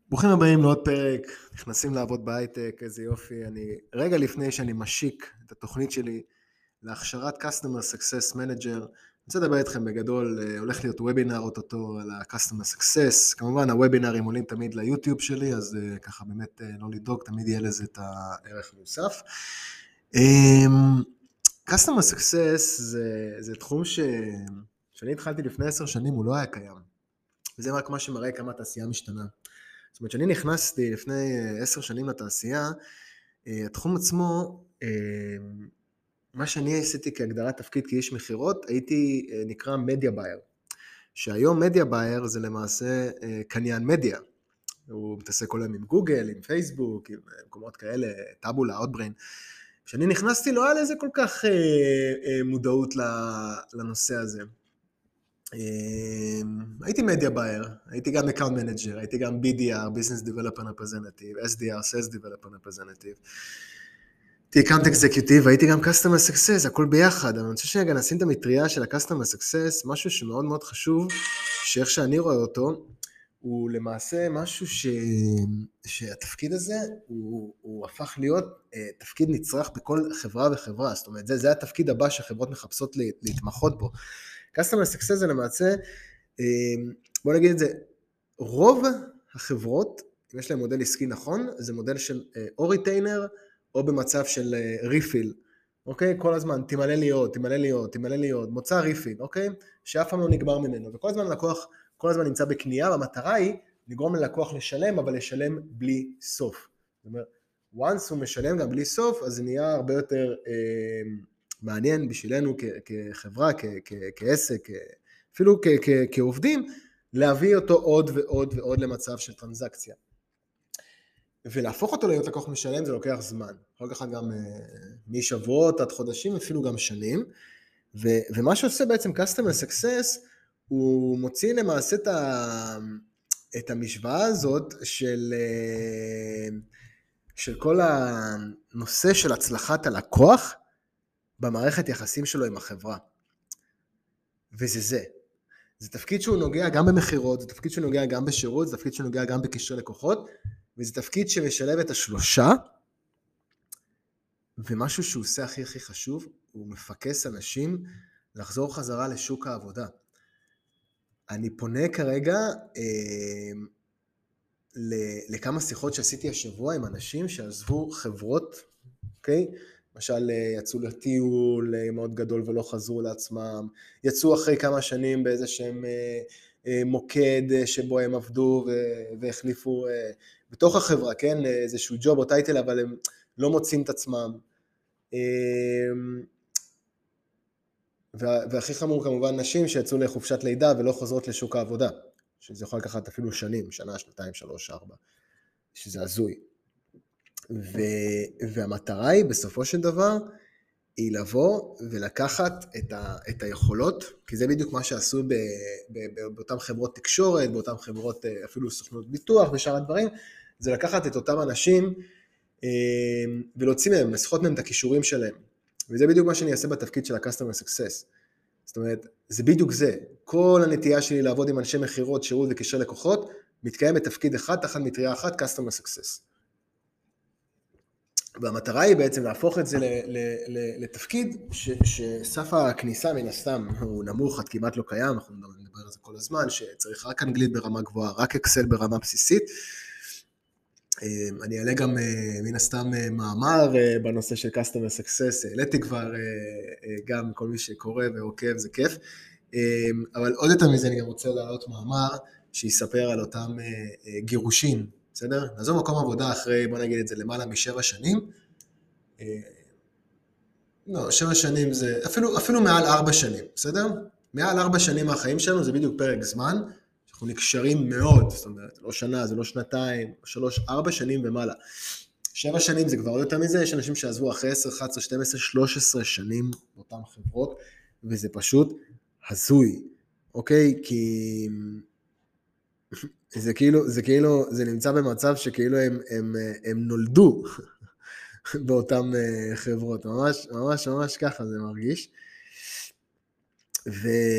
ברוכים הבאים לעוד פרק, נכנסים לעבוד בהייטק, איזה יופי. אני רגע לפני שאני משיק את התוכנית שלי להכשרת Customer Success Manager, אני רוצה לדבר איתכם בגדול, הולך להיות וובינר אוטוטו על ה-Customer Success, כמובן הוובינרים עולים תמיד ליוטיוב שלי, אז ככה באמת לא לדאוג, תמיד יהיה לזה את הערך המוסף. Customer Success זה תחום שאני התחלתי לפני 10 שנים, הוא לא היה קיים, וזה רק מה שמראה כמה התעשייה משתנה. זאת אומרת, שאני נכנסתי לפני 10 שנים לתעשייה, התחום עצמו, מה שאני עשיתי כהגדרת תפקיד כאיש מחירות, הייתי נקרא מדיה בייר, שהיום מדיה בייר זה למעשה קניין מדיה, הוא מתעסק כל היום עם גוגל, עם פייסבוק, עם מקומות כאלה, טאבולה, אוטבריין. כשאני נכנסתי לא היה לזה כל כך מודעות לנושא הזה. הייתי מדיה בייר, הייתי גם אקאונט מנג'ר, הייתי גם BDR, Business Developer Representative, SDR, Sales Developer Representative, הייתי אקאונט אקזקיוטיב, הייתי גם Customer Success, הכל ביחד, אבל אני חושב שרגע נשים את המטריה של ה-Customer Success, משהו שמאוד מאוד חשוב, שאיך שאני רואה אותו, הוא למעשה משהו שהתפקיד הזה, הוא הפך להיות תפקיד נצרך בכל חברה וחברה, זאת אומרת, זה התפקיד הבא שחברות מחפשות להתמחות בו. Customer Success זה למעשה, בוא נגיד את זה, רוב החברות, אם יש להם מודל עסקי נכון, זה מודל של או ריטיינר, או במצב של ריפיל, אוקיי? כל הזמן, תמלא לי עוד, תמלא לי עוד, תמלא לי עוד, מוצא ריפיל, אוקיי? שאף פעם לא נגמר ממנו, וכל הזמן לקוח, כל הזמן נמצא בקנייה, והמטרה היא לגרום ללקוח לשלם, אבל לשלם בלי סוף. זאת אומרת, once הוא משלם גם בלי סוף, אז זה נהיה הרבה יותר מעניין בשבילנו כחברה, כעסק, אפילו כעובדים, להביא אותו עוד ועוד ועוד למצב של טרנזקציה. ולהפוך אותו להיות לקוח משלם זה לוקח זמן, יכול לקחת גם משבועות עד חודשים, אפילו גם שנים, ומה שעושה בעצם Customer Success, הוא מוציא למעשה את המשוואה הזאת של כל הנושא של הצלחת הלקוח, במערכת יחסים שלו עם החברה. וזה. זה תפקיד שהוא נוגע גם במחירות, זה תפקיד שהוא נוגע גם בשירות, זה תפקיד שהוא נוגע גם בקשרי לקוחות, וזה תפקיד שמשלב את השלושה, ומשהו שהוא עושה הכי הכי חשוב, הוא מפקס אנשים לחזור חזרה לשוק העבודה. אני פונה כרגע לכמה שיחות שעשיתי השבוע עם אנשים שעזבו חברות, אוקיי? למשל, יצאו לטיול מאוד גדול ולא חזרו לעצמם, יצאו אחרי כמה שנים באיזה שהם מוקד שבו הם עבדו והחליפו בתוך החברה, כן? איזשהו ג'וב או טייטל, אבל הם לא מוצאים את עצמם. והכי חמור כמובן נשים שיצאו לחופשת לידה ולא חוזרות לשוק העבודה, שזה יכול לקחת אפילו שנים, שנה, שנתיים, 3, 4, שזה הזוי. והמטרה היא בסופו של דבר, היא לבוא ולקחת את היכולות, כי זה בדיוק מה שעשו באותן חברות תקשורת, באותן חברות אפילו סוכנות ביטוח ושאר הדברים, זה לקחת את אותם אנשים ולהוציא מהם, לסחוט מהם את הכישורים שלהם. וזה בדיוק מה שאני אעשה בתפקיד של ה-Customer Success. זאת אומרת, זה בדיוק זה. כל הנטייה שלי לעבוד עם אנשי מחירות, שירות וקשרי לקוחות, מתקיים בתפקיד אחד, תחת מטריה אחת, Customer Success. והמטרה היא בעצם להפוך את זה לתפקיד שסף הכניסה מן הסתם הוא נמוך, עד כמעט לא קיים, אנחנו נדבר על זה כל הזמן, שצריך רק אנגלית ברמה גבוהה, רק אקסל ברמה בסיסית. אני אעלה גם מן הסתם מאמר בנושא של Customer Success, העליתי כבר גם כל מי שקורא ועוקב, זה כיף. אבל עוד יותר מזה אני גם רוצה להעלות מאמר שיספר על אותם גירושים, בסדר? נעזוב מקום עבודה אחרי, בוא נגיד את זה, למעלה מ7 שנים. לא, 7 שנים זה, אפילו מעל 4 שנים, בסדר? מעל 4 שנים מהחיים שלנו זה בדיוק פרק זמן, אנחנו נקשרים מאוד, זאת אומרת, לא שנה, זה לא שנתיים, 3, 4 שנים ומעלה. 7 שנים זה כבר יותר מזה, יש אנשים שעזבו אחרי 10, 11, 12, 13 שנים באותן חברות, וזה פשוט הזוי, אוקיי? כי זה נמצא במצב שכאילו הם נולדו באותן חברות, ממש ככה זה מרגיש.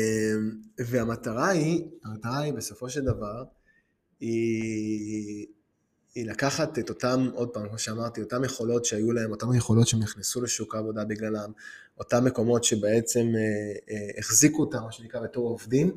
והמטרה היא בסופו של דבר, היא היא לקחת את אותם, עוד פעם, כמו שאמרתי, אותם יכולות שהיו להם, אותם יכולות שהם נכנסו לשוק העבודה בגללם, אותם מקומות שבעצם החזיקו אותם, מה שנקרא, בתור עובדים,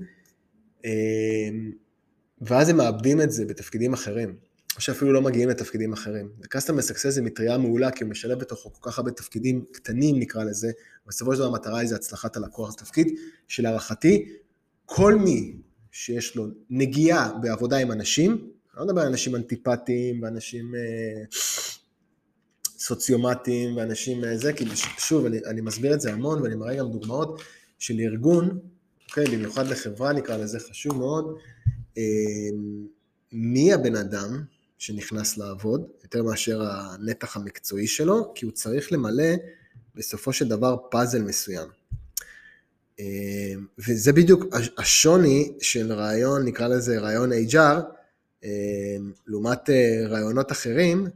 ואז הם מאבדים את זה בתפקידים אחרים, או שאפילו לא מגיעים לתפקידים אחרים. ו-Customer Success זה מטריה מעולה, כי הוא משלב בתוכו כל כך הרבה תפקידים קטנים, נקרא לזה, בסופו של דבר המטרה היא זה הצלחת הלקוח. זה תפקיד של הערכתי, כל מי שיש לו נגיעה בעבודה עם אנשים, אני לא מדבר על אנשים אנטיפטיים, ואנשים סוציומטיים, ואנשים זה, כי שוב, אני מסביר את זה המון, ואני מראה גם דוגמאות של ארגון, אוקיי, במיוחד לחברה נקרא לזה, חשוב מאוד, מי הבן אדם שנכנס לעבוד, יותר מאשר הנתח המקצועי שלו, כי הוא צריך למלא בסופו של דבר פאזל מסוים. וזה בדיוק השוני של רעיון, נקרא לזה רעיון HR, לעומת רעיונות אחרים,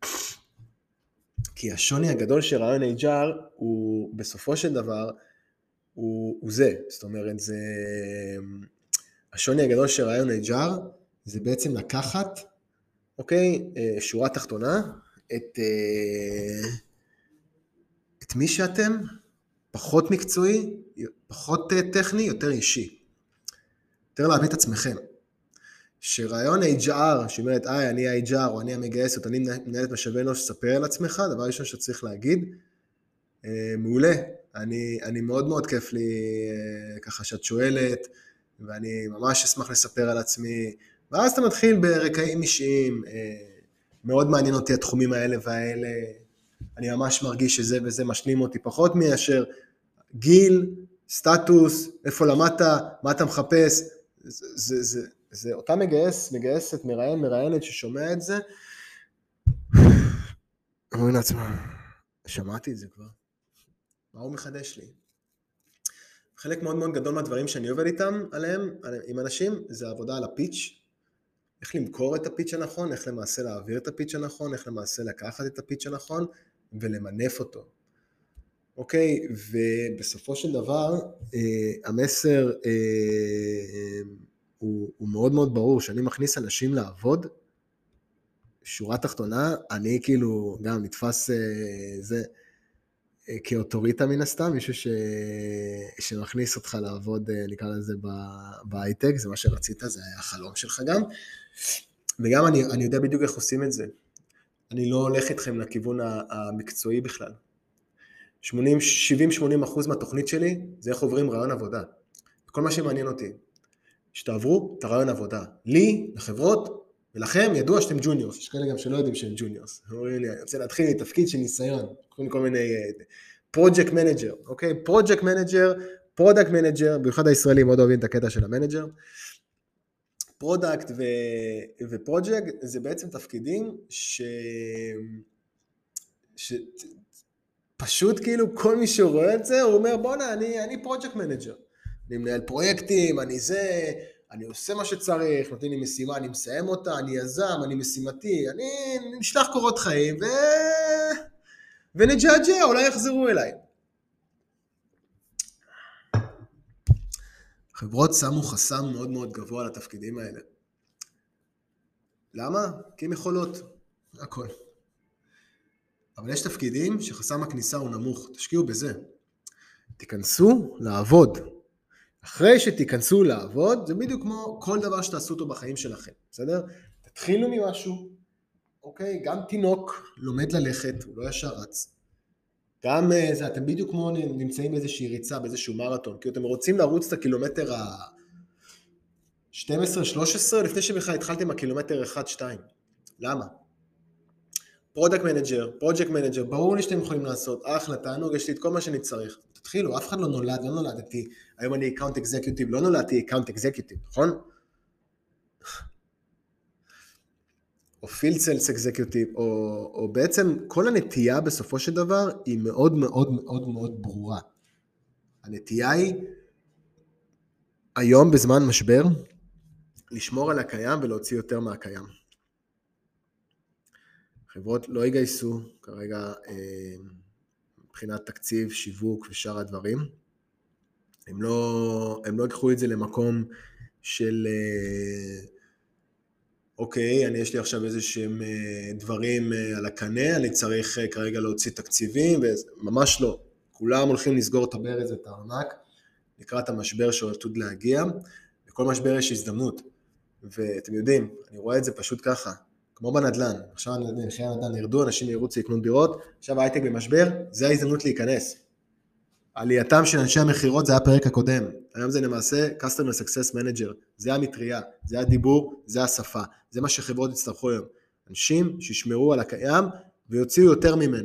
כי השוני הגדול של רעיון HR הוא בסופו של דבר, הוא זה, זאת אומרת, זה, השוני הגדול של רעיון HR, זה בעצם לקחת, אוקיי, שורה תחתונה, את מי שאתם, פחות מקצועי, פחות טכני, יותר אישי. יותר להבין את עצמכם. שרעיון HR, שאומרת, אני ה-HR, או אני המגייס, או אני מנהלת משאבי אנוש, ספר על עצמך, דבר ראשון שצריך להגיד, מעולה, אני מאוד מאוד כיף לי, ככה שאת שואלת, ואני ממש אשמח לספר על עצמי, ואז אתה מתחיל ברקעים אישיים, מאוד מעניין אותי התחומים האלה והאלה, אני ממש מרגיש שזה וזה משלים אותי פחות מאשר גיל, סטטוס, איפה למדת, מה אתה מחפש, זה אותה מגייסת, מראיינת ששומע את זה, אומרים לעצמה, שמעתי את זה כבר, מה הוא מחדש לי? חלק מאוד מאוד גדול מהדברים שאני עובד איתם עליהם, עם אנשים, זה עבודה על הפיץ', איך למכור את הפיץ' הנכון, איך למעשה להעביר את הפיץ' הנכון, איך למעשה לקחת את הפיץ' הנכון, ולמנף אותו. אוקיי, ובסופו של דבר, המסר הוא מאוד מאוד ברור, שאני מכניס אנשים לעבוד, שורה תחתונה, אני כאילו גם נתפס זה כאוטוריטה מן הסתם, מישהו שמכניס אותך לעבוד, נקרא לזה בהייטק, זה מה שרצית, זה היה החלום שלך גם, וגם אני יודע בדיוק איך עושים את זה. אני לא הולך איתכם לכיוון המקצועי בכלל. 70-80% מהתוכנית שלי, זה איך עוברים רעיון עבודה. כל מה שמעניין אותי, שתעברו את הרעיון עבודה. לי, לחברות, ולכם ידוע שאתם ג'וניורס, יש כאלה גם שלא יודעים שהם ג'וניורס. אני רוצה להתחיל מתפקיד של ניסיון, כל מיני פרויקט מנג'ר, אוקיי? פרויקט מנג'ר, פרודקט מנג'ר, במיוחד הישראלים מאוד אוהבים את הקטע של המנג'ר. פרודקט ופרויקט זה בעצם תפקידים פשוט כאילו כל מי שרואה את זה, הוא אומר בוא'נה, אני פרויקט מנג'ר. אני מנהל פרויקטים, אני עושה מה שצריך, נותנים לי משימה, אני מסיים אותה, אני יזם, אני משימתי, אני נשלח קורות חיים, ונג'עג'ע, אולי יחזרו אליי. חברות שמו חסם מאוד מאוד גבוה לתפקידים האלה. למה? כי הם יכולות, הכל. אבל יש תפקידים שחסם הכניסה הוא נמוך, תשקיעו בזה. תיכנסו לעבוד. אחרי שתיכנסו לעבוד, זה בדיוק כמו כל דבר שתעשו אותו בחיים שלכם, בסדר? תתחילו ממשהו, אוקיי? גם תינוק לומד ללכת, הוא לא ישר רץ. גם זה, אתם בדיוק כמו נמצאים באיזושהי ריצה, באיזשהו מרתון, כי אתם רוצים לרוץ את הקילומטר ה-12-13, לפני שבכלל התחלתם הקילומטר 1-2. למה? פרודקט מנג'ר, ברור לי שאתם יכולים לעשות, אחלה, תענוג, יש לי את כל מה שאני צריך. תתחילו, אף אחד לא נולדתי, היום אני אקאונט אקזקיוטיב, לא נולדתי אקאונט אקזקיוטיב, נכון? או פילד סיילס אקזקיוטיב, או בעצם כל הנטייה בסופו של דבר היא מאוד מאוד מאוד מאוד ברורה. הנטייה היא היום בזמן משבר, לשמור על הקיים ולהוציא יותר מהקיים. חברות לא יגייסו כרגע מבחינת תקציב, שיווק ושאר הדברים. הם לא יקחו את זה למקום של אוקיי, יש לי עכשיו איזה שהם דברים על הקנה, אני צריך כרגע להוציא תקציבים, וממש לא. כולם הולכים לסגור את הברז ואת הארנק, לקראת המשבר שעתיד להגיע, לכל משבר יש הזדמנות. ואתם יודעים, אני רואה את זה פשוט ככה, כמו בנדל"ן. עכשיו מחירי הנדל"ן ירדו, אנשים ירוצו לקנות דירות, עכשיו ההייטק במשבר, זה ההזדמנות להיכנס. עלייתם של אנשי המחירות זה היה הפרק הקודם, היום זה למעשה Customer Success Manager, זה המטריה, זה הדיבור, זה השפה, זה מה שחברות יצטרכו היום. אנשים שישמרו על הקיים ויוציאו יותר ממנו.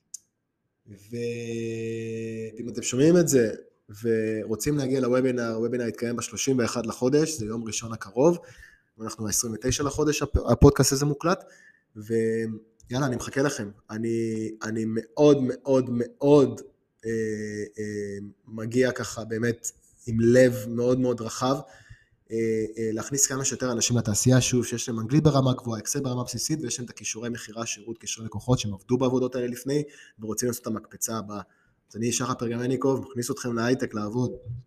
ואם אתם שומעים את זה ורוצים להגיע לוובינר, הוובינר יתקיים ב-31 לחודש, זה יום ראשון הקרוב, ואנחנו ב-29 לחודש, הפודקאסט הזה מוקלט, ויאללה, אני מחכה לכם. אני מאוד מאוד מאוד מגיע ככה באמת עם לב מאוד מאוד רחב, להכניס כמה שיותר אנשים לתעשייה, שוב, שיש להם אנגלית ברמה גבוהה, אקסל ברמה בסיסית, ויש להם את הכישורי מחירה, שירות, קישורי לקוחות, שהם עבדו בעבודות האלה לפני, ורוצים לעשות את המקפצה הבאה. אז אני שחר פרגמניקוב, מכניס אתכם להייטק לעבוד.